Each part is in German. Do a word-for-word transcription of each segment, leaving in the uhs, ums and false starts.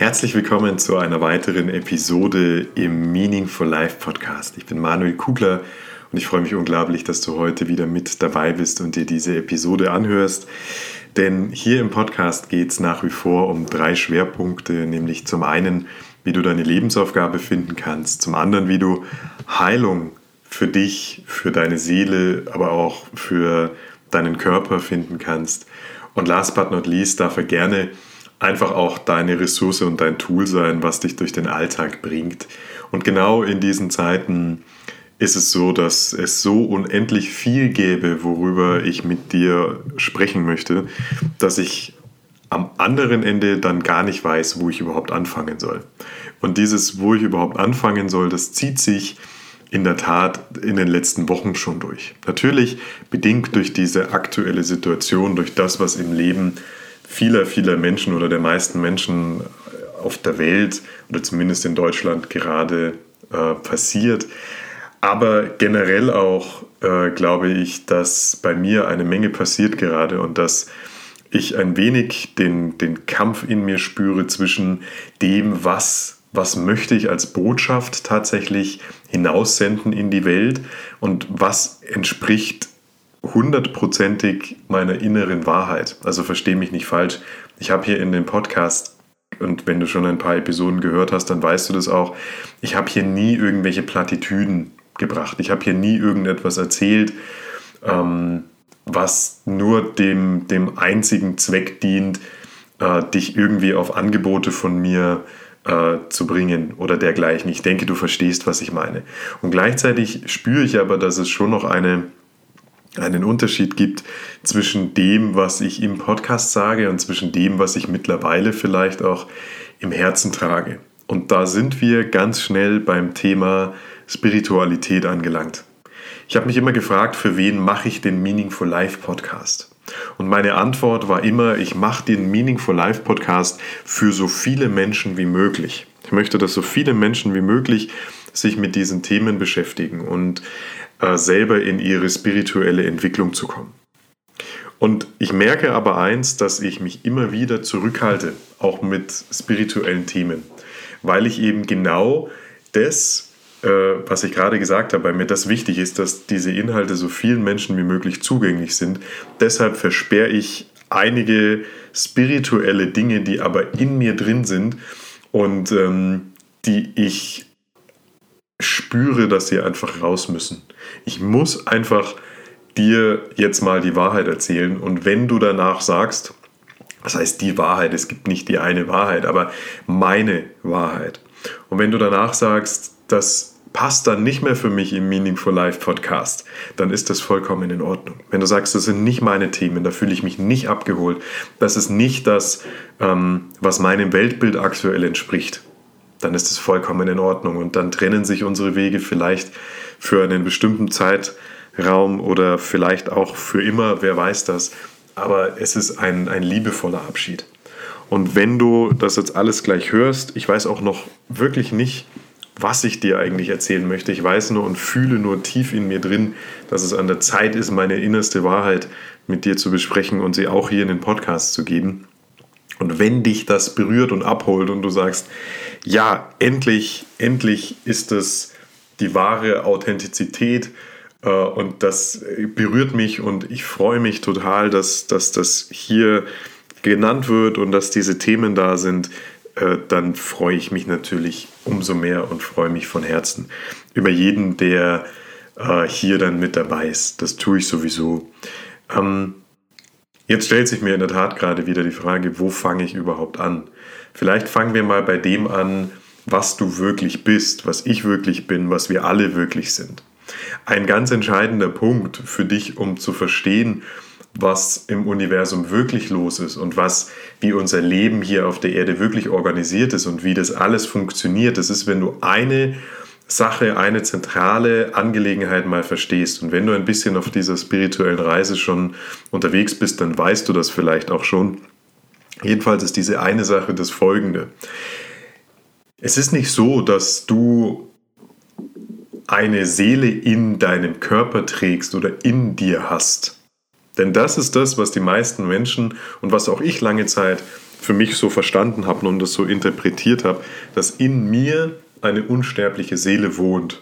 Herzlich willkommen zu einer weiteren Episode im Meaningful Life Podcast. Ich bin Manuel Kugler und ich freue mich unglaublich, dass du heute wieder mit dabei bist und dir diese Episode anhörst. Denn hier im Podcast geht es nach wie vor um drei Schwerpunkte, nämlich zum einen, wie du deine Lebensaufgabe finden kannst, zum anderen, wie du Heilung für dich, für deine Seele, aber auch für deinen Körper finden kannst. Und last but not least darf er gerne einfach auch deine Ressource und dein Tool sein, was dich durch den Alltag bringt. Und genau in diesen Zeiten ist es so, dass es so unendlich viel gäbe, worüber ich mit dir sprechen möchte, dass ich am anderen Ende dann gar nicht weiß, wo ich überhaupt anfangen soll. Und dieses, wo ich überhaupt anfangen soll, das zieht sich in der Tat in den letzten Wochen schon durch. Natürlich bedingt durch diese aktuelle Situation, durch das, was im Leben vieler, vieler Menschen oder der meisten Menschen auf der Welt oder zumindest in Deutschland gerade äh, passiert. Aber generell auch äh, glaube ich, dass bei mir eine Menge passiert gerade und dass ich ein wenig den, den Kampf in mir spüre zwischen dem, was, was möchte ich als Botschaft tatsächlich hinaussenden in die Welt und was entspricht hundertprozentig meiner inneren Wahrheit. Also verstehe mich nicht falsch. Ich habe hier in dem Podcast, und wenn du schon ein paar Episoden gehört hast, dann weißt du das auch, ich habe hier nie irgendwelche Plattitüden gebracht. Ich habe hier nie irgendetwas erzählt, ähm, was nur dem, dem einzigen Zweck dient, äh, dich irgendwie auf Angebote von mir äh, zu bringen oder dergleichen. Ich denke, du verstehst, was ich meine. Und gleichzeitig spüre ich aber, dass es schon noch eine einen Unterschied gibt zwischen dem, was ich im Podcast sage und zwischen dem, was ich mittlerweile vielleicht auch im Herzen trage. Und da sind wir ganz schnell beim Thema Spiritualität angelangt. Ich habe mich immer gefragt, für wen mache ich den Meaningful Life Podcast? Und meine Antwort war immer, ich mache den Meaningful Life Podcast für so viele Menschen wie möglich. Ich möchte, dass so viele Menschen wie möglich sich mit diesen Themen beschäftigen und äh, selber in ihre spirituelle Entwicklung zu kommen. Und ich merke aber eins, dass ich mich immer wieder zurückhalte, auch mit spirituellen Themen, weil ich eben genau das, äh, was ich gerade gesagt habe, weil mir das wichtig ist, dass diese Inhalte so vielen Menschen wie möglich zugänglich sind. Deshalb versperre ich einige spirituelle Dinge, die aber in mir drin sind und ähm, die ich spüre, dass sie einfach raus müssen. Ich muss einfach dir jetzt mal die Wahrheit erzählen und wenn du danach sagst, das heißt die Wahrheit, es gibt nicht die eine Wahrheit, aber meine Wahrheit. Und wenn du danach sagst, das passt dann nicht mehr für mich im Meaningful Life Podcast, dann ist das vollkommen in Ordnung. Wenn du sagst, das sind nicht meine Themen, da fühle ich mich nicht abgeholt, das ist nicht das, ähm, was meinem Weltbild aktuell entspricht, dann ist es vollkommen in Ordnung. Und dann trennen sich unsere Wege vielleicht für einen bestimmten Zeitraum oder vielleicht auch für immer, wer weiß das. Aber es ist ein, ein liebevoller Abschied. Und wenn du das jetzt alles gleich hörst, ich weiß auch noch wirklich nicht, was ich dir eigentlich erzählen möchte. Ich weiß nur und fühle nur tief in mir drin, dass es an der Zeit ist, meine innerste Wahrheit mit dir zu besprechen und sie auch hier in den Podcast zu geben. Und wenn dich das berührt und abholt und du sagst, ja, endlich, endlich ist es die wahre Authentizität äh, und das berührt mich und ich freue mich total, dass, dass das hier genannt wird und dass diese Themen da sind, äh, dann freue ich mich natürlich umso mehr und freue mich von Herzen über jeden, der äh, hier dann mit dabei ist. Das tue ich sowieso. Ähm, Jetzt stellt sich mir in der Tat gerade wieder die Frage, wo fange ich überhaupt an? Vielleicht fangen wir mal bei dem an, was du wirklich bist, was ich wirklich bin, was wir alle wirklich sind. Ein ganz entscheidender Punkt für dich, um zu verstehen, was im Universum wirklich los ist und was, wie unser Leben hier auf der Erde wirklich organisiert ist und wie das alles funktioniert, das ist, wenn du eine Sache, eine zentrale Angelegenheit mal verstehst. Und wenn du ein bisschen auf dieser spirituellen Reise schon unterwegs bist, dann weißt du das vielleicht auch schon. Jedenfalls ist diese eine Sache das Folgende. Es ist nicht so, dass du eine Seele in deinem Körper trägst oder in dir hast. Denn das ist das, was die meisten Menschen und was auch ich lange Zeit für mich so verstanden habe und das so interpretiert habe, dass in mir eine unsterbliche Seele wohnt.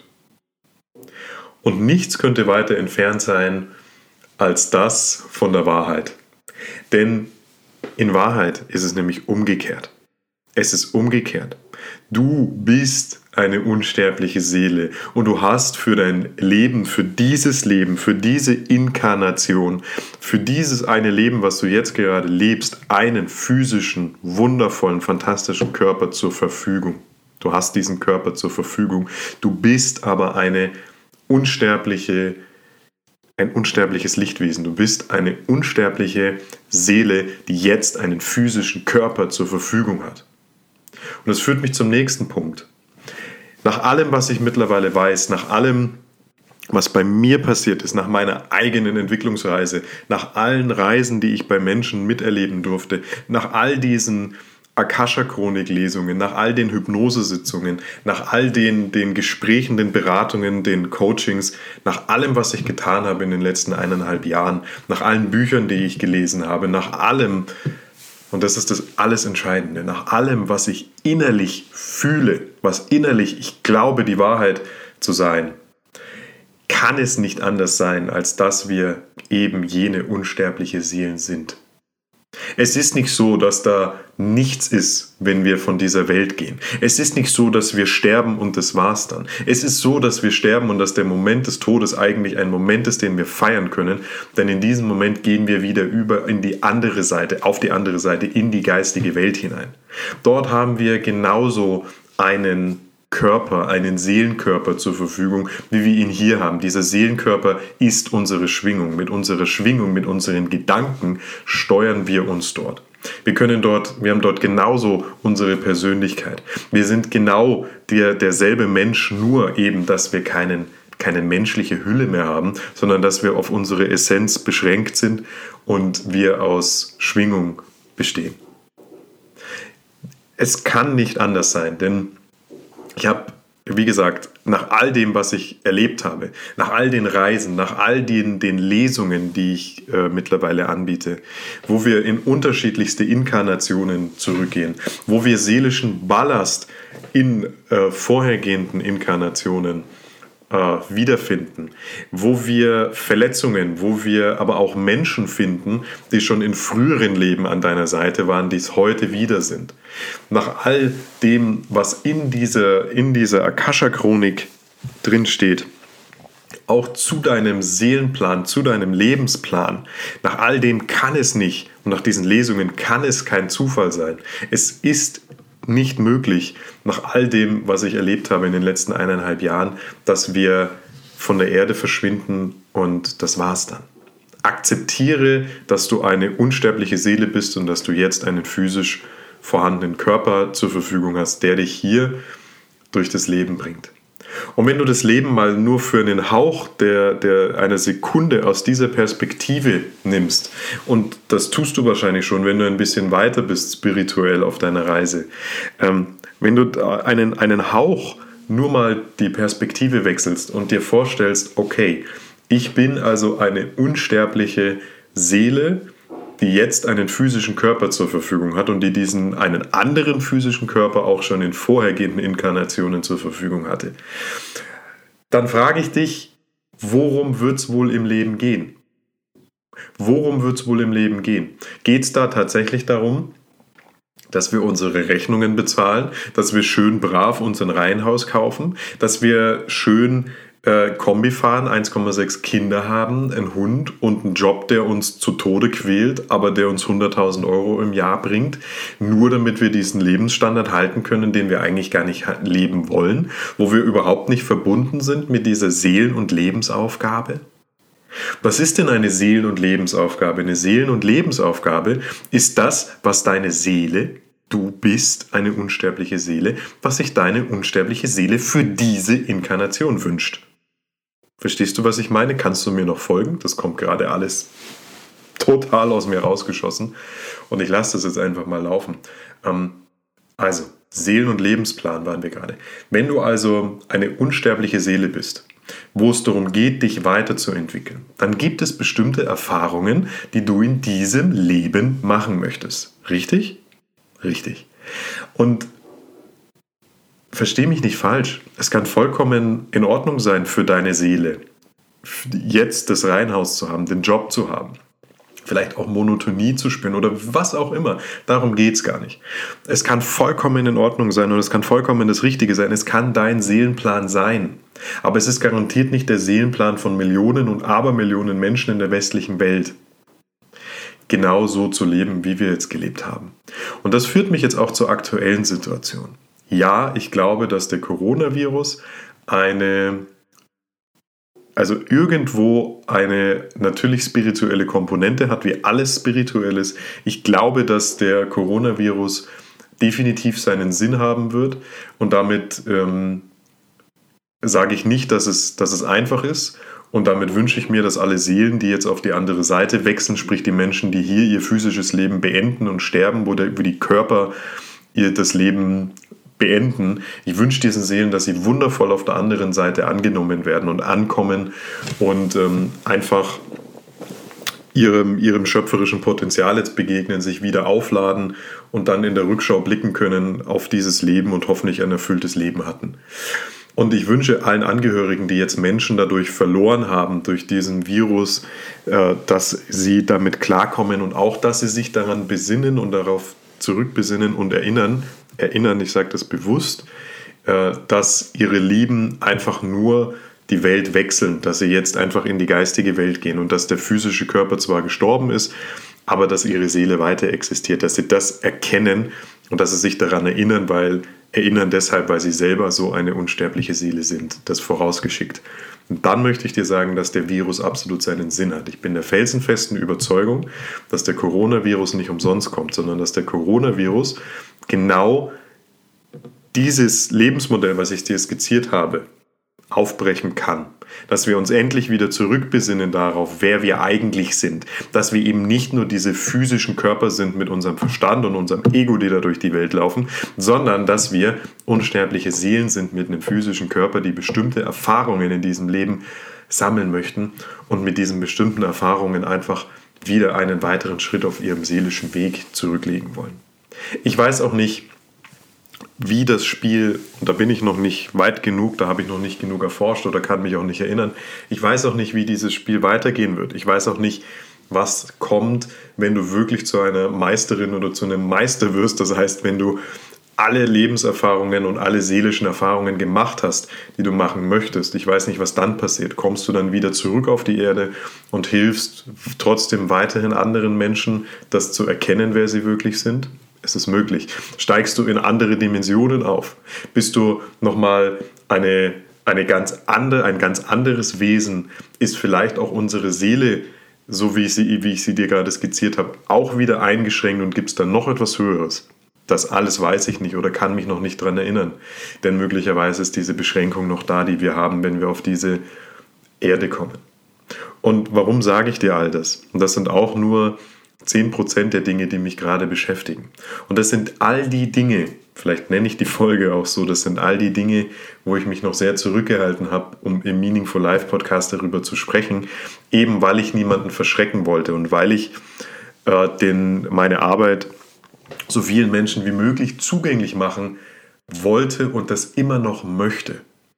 Und nichts könnte weiter entfernt sein als das von der Wahrheit. Denn in Wahrheit ist es nämlich umgekehrt. Es ist umgekehrt. Du bist eine unsterbliche Seele und du hast für dein Leben, für dieses Leben, für diese Inkarnation, für dieses eine Leben, was du jetzt gerade lebst, einen physischen, wundervollen, fantastischen Körper zur Verfügung. Du hast diesen Körper zur Verfügung. Du bist aber eine unsterbliche, ein unsterbliches Lichtwesen. Du bist eine unsterbliche Seele, die jetzt einen physischen Körper zur Verfügung hat. Und das führt mich zum nächsten Punkt. Nach allem, was ich mittlerweile weiß, nach allem, was bei mir passiert ist, nach meiner eigenen Entwicklungsreise, nach allen Reisen, die ich bei Menschen miterleben durfte, nach all diesen Akasha-Chronik-Lesungen, nach all den Hypnosesitzungen, nach all den, den Gesprächen, den Beratungen, den Coachings, nach allem, was ich getan habe in den letzten eineinhalb Jahren, nach allen Büchern, die ich gelesen habe, nach allem, und das ist das alles Entscheidende, nach allem, was ich innerlich fühle, was innerlich ich glaube, die Wahrheit zu sein, kann es nicht anders sein, als dass wir eben jene unsterbliche Seelen sind. Es ist nicht so, dass da nichts ist, wenn wir von dieser Welt gehen. Es ist nicht so, dass wir sterben und das war's dann. Es ist so, dass wir sterben und dass der Moment des Todes eigentlich ein Moment ist, den wir feiern können. Denn in diesem Moment gehen wir wieder über in die andere Seite, auf die andere Seite, in die geistige Welt hinein. Dort haben wir genauso einen Körper, einen Seelenkörper zur Verfügung, wie wir ihn hier haben. Dieser Seelenkörper ist unsere Schwingung. Mit unserer Schwingung, mit unseren Gedanken steuern wir uns dort. Wir können dort, wir haben dort genauso unsere Persönlichkeit. Wir sind genau der, derselbe Mensch, nur eben, dass wir keinen, keine menschliche Hülle mehr haben, sondern dass wir auf unsere Essenz beschränkt sind und wir aus Schwingung bestehen. Es kann nicht anders sein, denn ich habe, wie gesagt, nach all dem, was ich erlebt habe, nach all den Reisen, nach all den, den Lesungen, die ich äh, mittlerweile anbiete, wo wir in unterschiedlichste Inkarnationen zurückgehen, wo wir seelischen Ballast in äh, vorhergehenden Inkarnationen äh, wiederfinden, wo wir Verletzungen, wo wir aber auch Menschen finden, die schon in früheren Leben an deiner Seite waren, die es heute wieder sind. Nach all dem, was in dieser, in dieser Akasha-Chronik drinsteht, auch zu deinem Seelenplan, zu deinem Lebensplan, nach all dem kann es nicht, und nach diesen Lesungen kann es kein Zufall sein. Es ist nicht möglich, nach all dem, was ich erlebt habe in den letzten eineinhalb Jahren, dass wir von der Erde verschwinden und das war's dann. Akzeptiere, dass du eine unsterbliche Seele bist und dass du jetzt einen physisch vorhandenen Körper zur Verfügung hast, der dich hier durch das Leben bringt. Und wenn du das Leben mal nur für einen Hauch der, der einer Sekunde aus dieser Perspektive nimmst, und das tust du wahrscheinlich schon, wenn du ein bisschen weiter bist spirituell auf deiner Reise, ähm, wenn du einen, einen Hauch nur mal die Perspektive wechselst und dir vorstellst, okay, ich bin also eine unsterbliche Seele, die jetzt einen physischen Körper zur Verfügung hat und die diesen einen anderen physischen Körper auch schon in vorhergehenden Inkarnationen zur Verfügung hatte. Dann frage ich dich, worum wird es wohl im Leben gehen? Worum wird es wohl im Leben gehen? Geht es da tatsächlich darum, dass wir unsere Rechnungen bezahlen, dass wir schön brav uns ein Reihenhaus kaufen, dass wir schön Äh, Kombi fahren, eins Komma sechs Kinder haben, einen Hund und einen Job, der uns zu Tode quält, aber der uns hunderttausend Euro im Jahr bringt, nur damit wir diesen Lebensstandard halten können, den wir eigentlich gar nicht leben wollen, wo wir überhaupt nicht verbunden sind mit dieser Seelen- und Lebensaufgabe? Was ist denn eine Seelen- und Lebensaufgabe? Eine Seelen- und Lebensaufgabe ist das, was deine Seele, du bist eine unsterbliche Seele, was sich deine unsterbliche Seele für diese Inkarnation wünscht. Verstehst du, was ich meine? Kannst du mir noch folgen? Das kommt gerade alles total aus mir rausgeschossen und ich lasse das jetzt einfach mal laufen. Ähm, also, Seelen- und Lebensplan waren wir gerade. Wenn du also eine unsterbliche Seele bist, wo es darum geht, dich weiterzuentwickeln, dann gibt es bestimmte Erfahrungen, die du in diesem Leben machen möchtest. Richtig? richtig. Und versteh mich nicht falsch, es kann vollkommen in Ordnung sein für deine Seele, jetzt das Reihenhaus zu haben, den Job zu haben, vielleicht auch Monotonie zu spüren oder was auch immer. Darum geht es gar nicht. Es kann vollkommen in Ordnung sein und es kann vollkommen das Richtige sein. Es kann dein Seelenplan sein. Aber es ist garantiert nicht der Seelenplan von Millionen und Abermillionen Menschen in der westlichen Welt, genau so zu leben, wie wir jetzt gelebt haben. Und das führt mich jetzt auch zur aktuellen Situation. Ja, ich glaube, dass der Coronavirus eine, also irgendwo eine natürlich spirituelle Komponente hat, wie alles Spirituelles. Ich glaube, dass der Coronavirus definitiv seinen Sinn haben wird und damit ähm, sage ich nicht, dass es, dass es einfach ist. Und damit wünsche ich mir, dass alle Seelen, die jetzt auf die andere Seite wechseln, sprich die Menschen, die hier ihr physisches Leben beenden und sterben, wo, der, wo die Körper ihr das Leben beenden, ich wünsche diesen Seelen, dass sie wundervoll auf der anderen Seite angenommen werden und ankommen und ähm, einfach ihrem, ihrem schöpferischen Potenzial jetzt begegnen, sich wieder aufladen und dann in der Rückschau blicken können auf dieses Leben und hoffentlich ein erfülltes Leben hatten. Und ich wünsche allen Angehörigen, die jetzt Menschen dadurch verloren haben, durch diesen Virus, dass sie damit klarkommen und auch, dass sie sich daran besinnen und darauf zurückbesinnen und erinnern, erinnern, ich sage das bewusst, dass ihre Lieben einfach nur die Welt wechseln, dass sie jetzt einfach in die geistige Welt gehen und dass der physische Körper zwar gestorben ist, aber dass ihre Seele weiter existiert, dass sie das erkennen und dass sie sich daran erinnern, weil erinnern deshalb, weil sie selber so eine unsterbliche Seele sind, das vorausgeschickt. Und dann möchte ich dir sagen, dass der Virus absolut seinen Sinn hat. Ich bin der felsenfesten Überzeugung, dass der Coronavirus nicht umsonst kommt, sondern dass der Coronavirus genau dieses Lebensmodell, was ich dir skizziert habe, aufbrechen kann. Dass wir uns endlich wieder zurückbesinnen darauf, wer wir eigentlich sind. Dass wir eben nicht nur diese physischen Körper sind mit unserem Verstand und unserem Ego, die da durch die Welt laufen, sondern dass wir unsterbliche Seelen sind mit einem physischen Körper, die bestimmte Erfahrungen in diesem Leben sammeln möchten und mit diesen bestimmten Erfahrungen einfach wieder einen weiteren Schritt auf ihrem seelischen Weg zurücklegen wollen. Ich weiß auch nicht, wie das Spiel, und da bin ich noch nicht weit genug, da habe ich noch nicht genug erforscht oder kann mich auch nicht erinnern. Ich weiß auch nicht, wie dieses Spiel weitergehen wird. Ich weiß auch nicht, was kommt, wenn du wirklich zu einer Meisterin oder zu einem Meister wirst. Das heißt, wenn du alle Lebenserfahrungen und alle seelischen Erfahrungen gemacht hast, die du machen möchtest. Ich weiß nicht, was dann passiert. Kommst du dann wieder zurück auf die Erde und hilfst trotzdem weiterhin anderen Menschen, das zu erkennen, wer sie wirklich sind? Es ist möglich. Steigst du in andere Dimensionen auf? Bist du nochmal eine, eine ganz andere, ein ganz anderes Wesen? Ist vielleicht auch unsere Seele, so wie ich sie, wie ich sie dir gerade skizziert habe, auch wieder eingeschränkt und gibt es dann noch etwas Höheres? Das alles weiß ich nicht oder kann mich noch nicht daran erinnern. Denn möglicherweise ist diese Beschränkung noch da, die wir haben, wenn wir auf diese Erde kommen. Und warum sage ich dir all das? Und das sind auch nur zehn Prozent der Dinge, die mich gerade beschäftigen. Und das sind all die Dinge, vielleicht nenne ich die Folge auch so, das sind all die Dinge, wo ich mich noch sehr zurückgehalten habe, um im Meaningful Life Podcast darüber zu sprechen, eben weil ich niemanden verschrecken wollte und weil ich äh, den, meine Arbeit so vielen Menschen wie möglich zugänglich machen wollte und das immer noch möchte.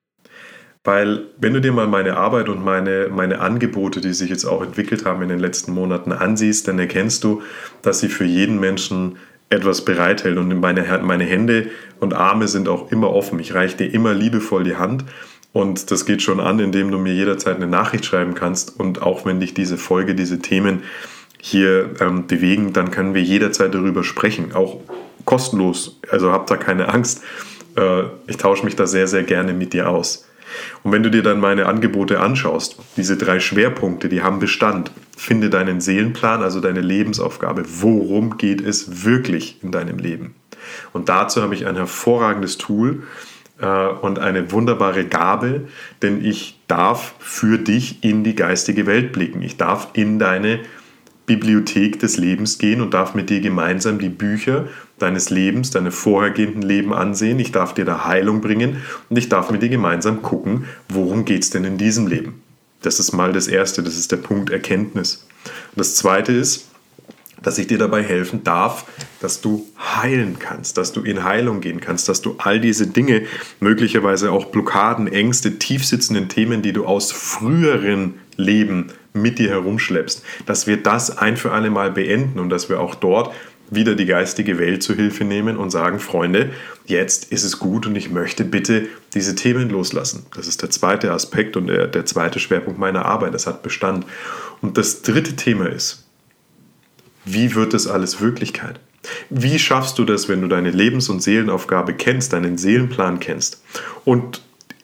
Weil, wenn du dir mal meine Arbeit und meine, meine Angebote, die sich jetzt auch entwickelt haben in den letzten Monaten, ansiehst, dann erkennst du, dass sie für jeden Menschen etwas bereithält. Und meine, meine Hände und Arme sind auch immer offen. Ich reiche dir immer liebevoll die Hand. Und das geht schon an, indem du mir jederzeit eine Nachricht schreiben kannst. Und auch wenn dich diese Folge, diese Themen hier ähm, bewegen, dann können wir jederzeit darüber sprechen. Auch kostenlos. Also hab da keine Angst. Äh, ich tausche mich da sehr, sehr gerne mit dir aus. Und wenn du dir dann meine Angebote anschaust, diese drei Schwerpunkte, die haben Bestand. Finde deinen Seelenplan, also deine Lebensaufgabe. Worum geht es wirklich in deinem Leben? Und dazu habe ich ein hervorragendes Tool äh, und eine wunderbare Gabe, denn ich darf für dich in die geistige Welt blicken. Ich darf in deine Bibliothek des Lebens gehen und darf mit dir gemeinsam die Bücher deines Lebens, deine vorhergehenden Leben ansehen. Ich darf dir da Heilung bringen und ich darf mit dir gemeinsam gucken, worum geht es denn in diesem Leben. Das ist mal das Erste, das ist der Punkt Erkenntnis. Und das Zweite ist, dass ich dir dabei helfen darf, dass du heilen kannst, dass du in Heilung gehen kannst, dass du all diese Dinge, möglicherweise auch Blockaden, Ängste, tiefsitzenden Themen, die du aus früheren Leben mit dir herumschleppst, dass wir das ein für alle Mal beenden und dass wir auch dort wieder die geistige Welt zu Hilfe nehmen und sagen, Freunde, jetzt ist es gut und ich möchte bitte diese Themen loslassen. Das ist der zweite Aspekt und der, der zweite Schwerpunkt meiner Arbeit. Das hat Bestand. Und das dritte Thema ist, wie wird das alles Wirklichkeit? Wie schaffst du das, wenn du deine Lebens- und Seelenaufgabe kennst, deinen Seelenplan kennst und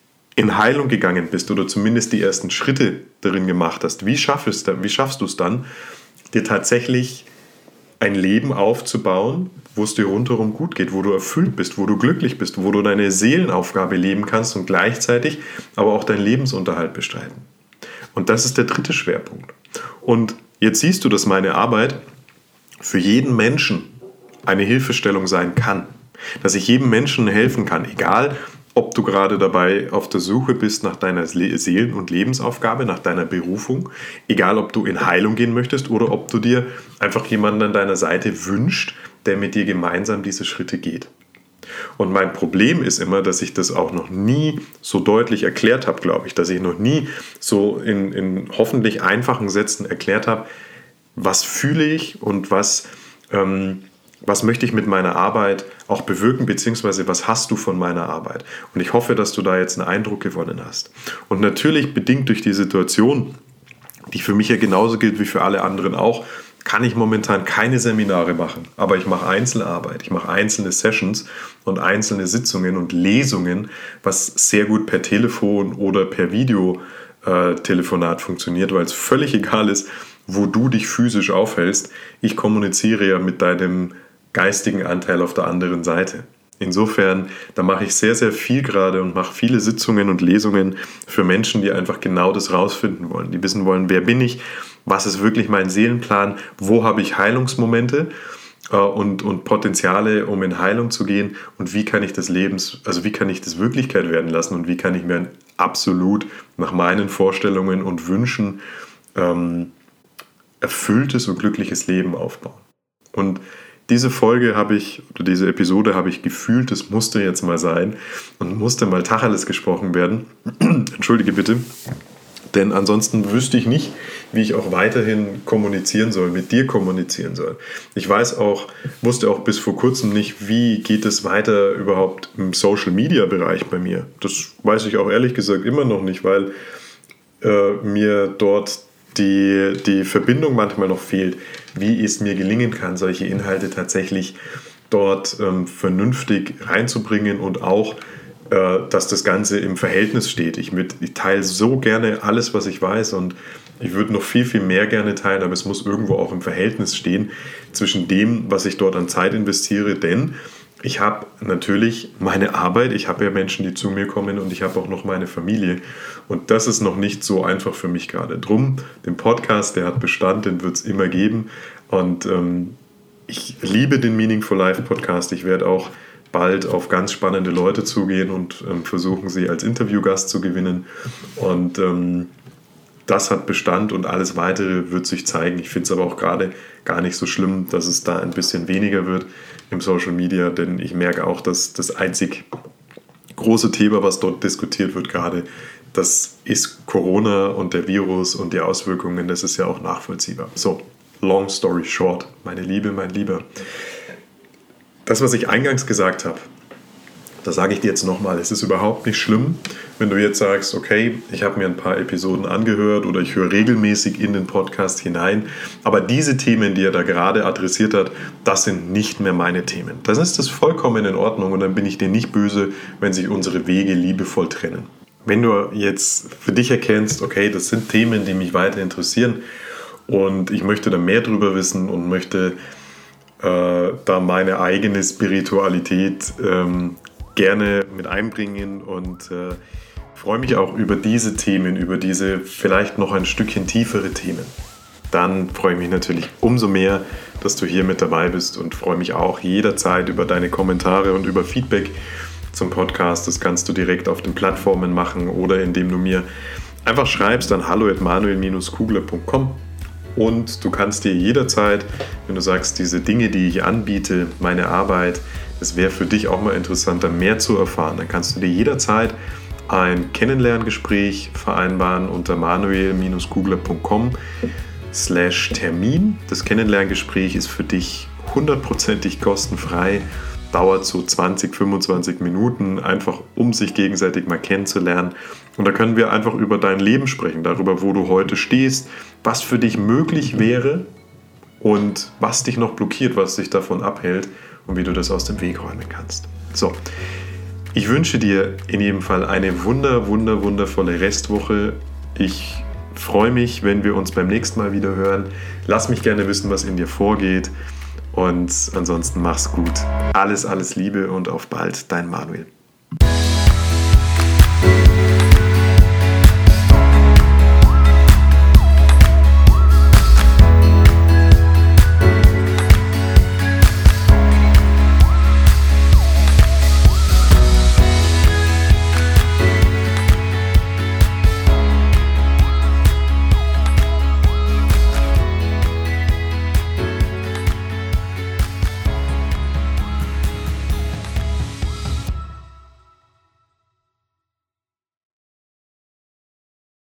in Heilung gegangen bist oder zumindest die ersten Schritte darin gemacht hast? Wie schaffst, wie schaffst du es dann, dir tatsächlich ein Leben aufzubauen, wo es dir rundherum gut geht, wo du erfüllt bist, wo du glücklich bist, wo du deine Seelenaufgabe leben kannst und gleichzeitig aber auch deinen Lebensunterhalt bestreiten? Und das ist der dritte Schwerpunkt. Und jetzt siehst du, dass meine Arbeit für jeden Menschen eine Hilfestellung sein kann. Dass ich jedem Menschen helfen kann, egal ob du gerade dabei auf der Suche bist nach deiner Seelen- und Lebensaufgabe, nach deiner Berufung, egal ob du in Heilung gehen möchtest oder ob du dir einfach jemanden an deiner Seite wünschst, der mit dir gemeinsam diese Schritte geht. Und mein Problem ist immer, dass ich das auch noch nie so deutlich erklärt habe, glaube ich, dass ich noch nie so in, in hoffentlich einfachen Sätzen erklärt habe, was fühle ich und was, ähm, was möchte ich mit meiner Arbeit auch bewirken, beziehungsweise was hast du von meiner Arbeit. Und ich hoffe, dass du da jetzt einen Eindruck gewonnen hast. Und natürlich bedingt durch die Situation, die für mich ja genauso gilt wie für alle anderen auch, kann ich momentan keine Seminare machen, aber ich mache Einzelarbeit, ich mache einzelne Sessions und einzelne Sitzungen und Lesungen, was sehr gut per Telefon oder per Videotelefonat funktioniert, weil es völlig egal ist, wo du dich physisch aufhältst. Ich kommuniziere ja mit deinem geistigen Anteil auf der anderen Seite. Insofern, da mache ich sehr, sehr viel gerade und mache viele Sitzungen und Lesungen für Menschen, die einfach genau das rausfinden wollen. Die wissen wollen, wer bin ich, was ist wirklich mein Seelenplan, wo habe ich Heilungsmomente äh, und, und Potenziale, um in Heilung zu gehen und wie kann ich das Lebens, also wie kann ich das Wirklichkeit werden lassen und wie kann ich mir ein absolut nach meinen Vorstellungen und Wünschen ähm, erfülltes und glückliches Leben aufbauen. Und diese Folge habe ich, oder diese Episode habe ich gefühlt, das musste jetzt mal sein und musste mal Tacheles gesprochen werden. Entschuldige bitte, denn ansonsten wüsste ich nicht, wie ich auch weiterhin kommunizieren soll, mit dir kommunizieren soll. Ich weiß auch, wusste auch bis vor kurzem nicht, wie geht es weiter überhaupt im Social-Media-Bereich bei mir. Das weiß ich auch ehrlich gesagt immer noch nicht, weil äh, mir dort Die, die Verbindung manchmal noch fehlt, wie es mir gelingen kann, solche Inhalte tatsächlich dort ähm, vernünftig reinzubringen und auch, äh, dass das Ganze im Verhältnis steht. Ich, mit, ich teile so gerne alles, was ich weiß und ich würde noch viel, viel mehr gerne teilen, aber es muss irgendwo auch im Verhältnis stehen zwischen dem, was ich dort an Zeit investiere, denn ich habe natürlich meine Arbeit, ich habe ja Menschen, die zu mir kommen und ich habe auch noch meine Familie und das ist noch nicht so einfach für mich gerade. Drum, den Podcast, der hat Bestand, den wird es immer geben und ähm, ich liebe den Meaning for Life Podcast. Ich werde auch bald auf ganz spannende Leute zugehen und ähm, versuchen, sie als Interviewgast zu gewinnen und ähm, das hat Bestand und alles Weitere wird sich zeigen. Ich finde es aber auch gerade gar nicht so schlimm, dass es da ein bisschen weniger wird im Social Media, denn ich merke auch, dass das einzig große Thema, was dort diskutiert wird gerade, das ist Corona und der Virus und die Auswirkungen, das ist ja auch nachvollziehbar. So, long story short, meine Liebe, mein Lieber. Das, was ich eingangs gesagt habe, das sage ich dir jetzt nochmal, es ist überhaupt nicht schlimm, wenn du jetzt sagst, okay, ich habe mir ein paar Episoden angehört oder ich höre regelmäßig in den Podcast hinein, aber diese Themen, die er da gerade adressiert hat, das sind nicht mehr meine Themen. Dann ist das vollkommen in Ordnung und dann bin ich dir nicht böse, wenn sich unsere Wege liebevoll trennen. Wenn du jetzt für dich erkennst, okay, das sind Themen, die mich weiter interessieren und ich möchte da mehr drüber wissen und möchte äh, da meine eigene Spiritualität ähm, gerne mit einbringen und äh, freue mich auch über diese Themen, über diese vielleicht noch ein Stückchen tiefere Themen. Dann freue ich mich natürlich umso mehr, dass du hier mit dabei bist und freue mich auch jederzeit über deine Kommentare und über Feedback zum Podcast. Das kannst du direkt auf den Plattformen machen oder indem du mir einfach schreibst an hallo at manuel dash kugler punkt com Und du kannst dir jederzeit, wenn du sagst, diese Dinge, die ich anbiete, meine Arbeit, es wäre für dich auch mal interessanter, mehr zu erfahren, dann kannst du dir jederzeit ein Kennenlerngespräch vereinbaren unter manuel kugler punkt com slash Termin. Das Kennenlerngespräch ist für dich hundertprozentig kostenfrei, dauert so zwanzig, fünfundzwanzig Minuten, einfach um sich gegenseitig mal kennenzulernen. Und da können wir einfach über dein Leben sprechen, darüber, wo du heute stehst, was für dich möglich wäre und was dich noch blockiert, was dich davon abhält und wie du das aus dem Weg räumen kannst. So, ich wünsche dir in jedem Fall eine wunder, wunder, wundervolle Restwoche. Ich freue mich, wenn wir uns beim nächsten Mal wieder hören. Lass mich gerne wissen, was in dir vorgeht. Und ansonsten mach's gut. Alles, alles Liebe und auf bald, dein Manuel.